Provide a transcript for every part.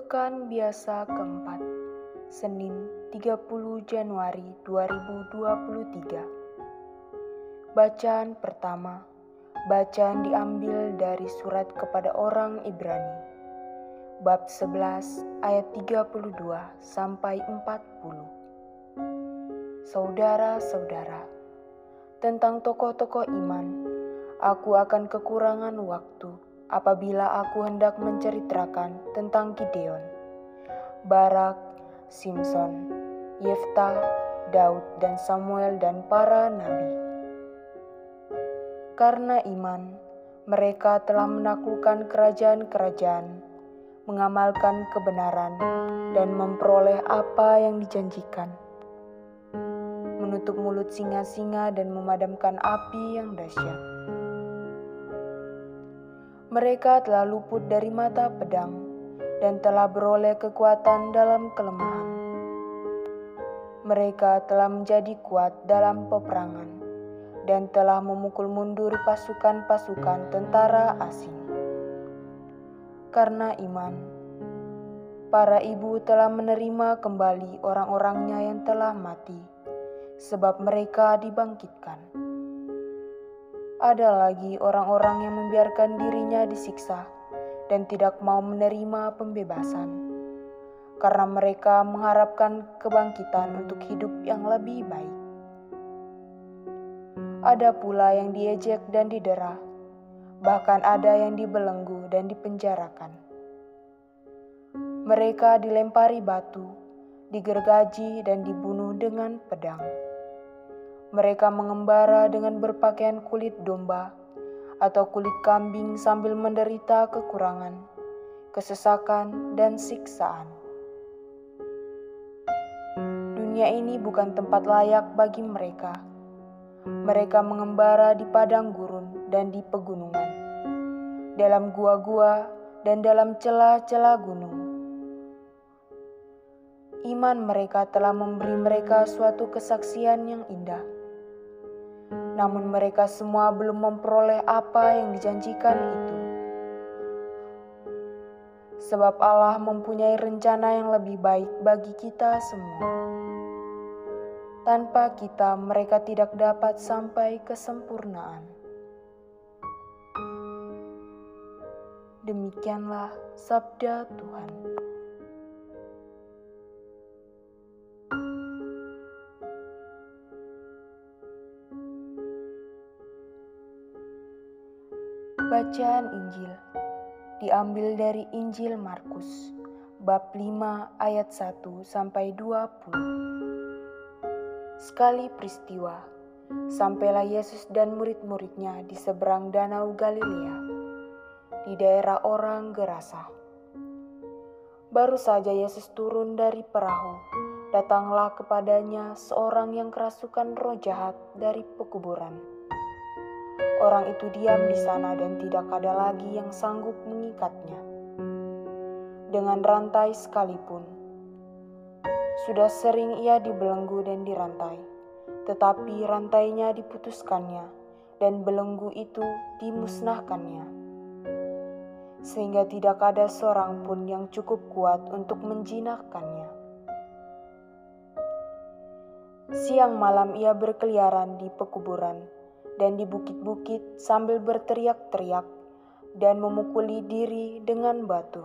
Pekan Biasa keempat, Senin 30 Januari 2023. Bacaan pertama. Bacaan diambil dari surat kepada orang Ibrani, bab 11 ayat 32 sampai 40. Saudara-saudara, tentang tokoh-tokoh iman, aku akan kekurangan waktu apabila aku hendak menceritakan tentang Gideon, Barak, Simson, Yefta, Daud, dan Samuel dan para nabi. Karena iman, mereka telah menaklukkan kerajaan-kerajaan, mengamalkan kebenaran, dan memperoleh apa yang dijanjikan, menutup mulut singa-singa dan memadamkan api yang dahsyat. Mereka telah luput dari mata pedang dan telah beroleh kekuatan dalam kelemahan. Mereka telah menjadi kuat dalam peperangan dan telah memukul mundur pasukan-pasukan tentara asing. Karena iman, para ibu telah menerima kembali orang-orangnya yang telah mati, sebab mereka dibangkitkan. Ada lagi orang-orang yang membiarkan dirinya disiksa dan tidak mau menerima pembebasan, karena mereka mengharapkan kebangkitan untuk hidup yang lebih baik. Ada pula yang diejek dan didera, bahkan ada yang dibelenggu dan dipenjarakan. Mereka dilempari batu, digergaji dan dibunuh dengan pedang. Mereka mengembara dengan berpakaian kulit domba atau kulit kambing sambil menderita kekurangan, kesesakan, dan siksaan. Dunia ini bukan tempat layak bagi mereka. Mereka mengembara di padang gurun dan di pegunungan, dalam gua-gua dan dalam celah-celah gunung. Iman mereka telah memberi mereka suatu kesaksian yang indah. Namun mereka semua belum memperoleh apa yang dijanjikan itu. Sebab Allah mempunyai rencana yang lebih baik bagi kita semua. Tanpa kita, mereka tidak dapat sampai kesempurnaan. Demikianlah sabda Tuhan. Bacaan Injil diambil dari Injil Markus, bab 5 ayat 1 sampai 20. Sekali peristiwa, sampailah Yesus dan murid-muridnya di seberang danau Galilea, di daerah orang Gerasa. Baru saja Yesus turun dari perahu, datanglah kepadanya seorang yang kerasukan roh jahat dari pekuburan. Orang itu diam di sana dan tidak ada lagi yang sanggup mengikatnya dengan rantai sekalipun. Sudah sering ia dibelenggu dan dirantai, tetapi rantainya diputuskannya dan belenggu itu dimusnahkannya, sehingga tidak ada seorang pun yang cukup kuat untuk menjinakkannya. Siang malam ia berkeliaran di pekuburan dan di bukit-bukit sambil berteriak-teriak dan memukuli diri dengan batu.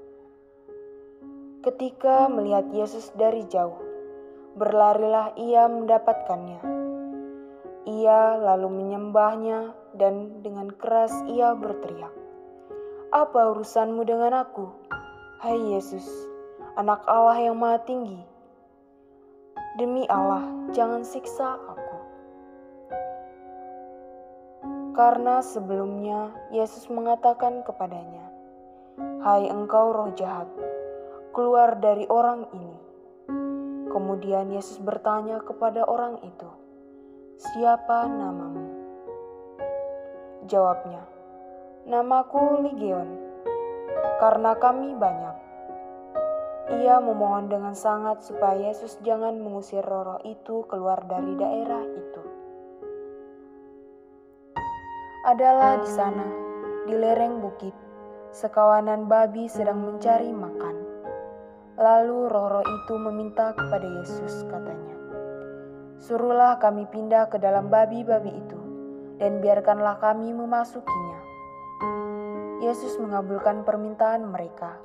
Ketika melihat Yesus dari jauh, berlarilah ia mendapatkannya. Ia lalu menyembahnya dan dengan keras ia berteriak, "Apa urusanmu dengan aku, hai Yesus, Anak Allah yang Maha Tinggi? Demi Allah, jangan siksa aku." Karena sebelumnya Yesus mengatakan kepadanya, "Hai engkau roh jahat, keluar dari orang ini." Kemudian Yesus bertanya kepada orang itu, "Siapa namamu?" Jawabnya, "Namaku Legion, karena kami banyak." Ia memohon dengan sangat supaya Yesus jangan mengusir roh-roh itu keluar dari daerah itu. Adalah di sana, di lereng bukit, sekawanan babi sedang mencari makan. Lalu roh-roh itu meminta kepada Yesus, katanya, "Suruhlah kami pindah ke dalam babi-babi itu, dan biarkanlah kami memasukinya." Yesus mengabulkan permintaan mereka.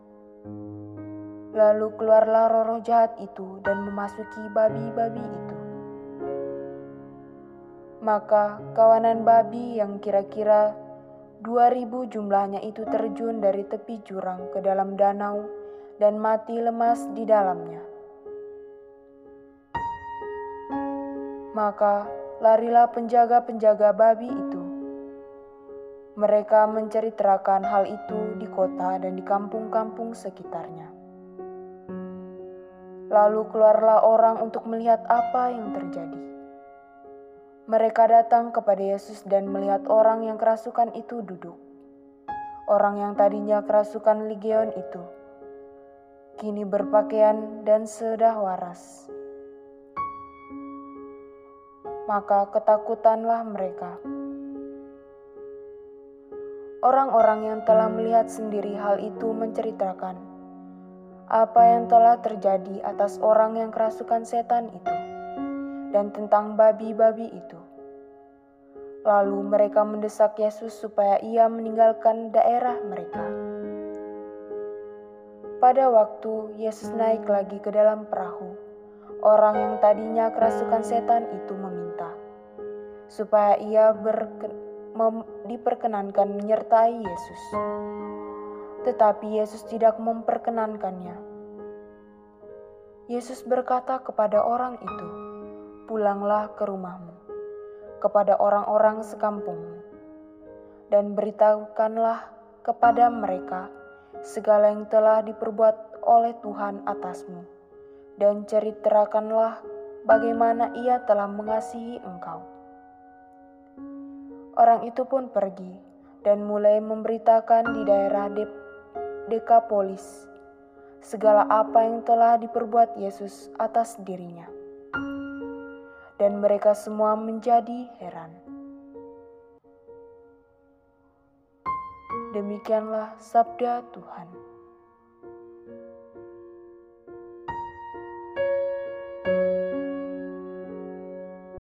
Lalu keluarlah roh-roh jahat itu dan memasuki babi-babi itu. Maka kawanan babi yang kira-kira 2.000 jumlahnya itu terjun dari tepi jurang ke dalam danau dan mati lemas di dalamnya. Maka larilah penjaga-penjaga babi itu. Mereka menceritakan hal itu di kota dan di kampung-kampung sekitarnya. Lalu keluarlah orang untuk melihat apa yang terjadi. Mereka datang kepada Yesus dan melihat orang yang kerasukan itu duduk. Orang yang tadinya kerasukan legion itu kini berpakaian dan sudah waras. Maka ketakutanlah mereka. Orang-orang yang telah melihat sendiri hal itu menceritakan apa yang telah terjadi atas orang yang kerasukan setan itu dan tentang babi-babi itu. Lalu mereka mendesak Yesus supaya ia meninggalkan daerah mereka. Pada waktu Yesus naik lagi ke dalam perahu, orang yang tadinya kerasukan setan itu meminta supaya ia diperkenankan menyertai Yesus. Tetapi Yesus tidak memperkenankannya. Yesus berkata kepada orang itu, "Pulanglah ke rumahmu, kepada orang-orang sekampungmu, dan beritahukanlah kepada mereka segala yang telah diperbuat oleh Tuhan atasmu, dan ceritakanlah bagaimana Ia telah mengasihi engkau." Orang itu pun pergi dan mulai memberitakan di daerah Dekapolis segala apa yang telah diperbuat Yesus atas dirinya. Dan mereka semua menjadi heran. Demikianlah sabda Tuhan.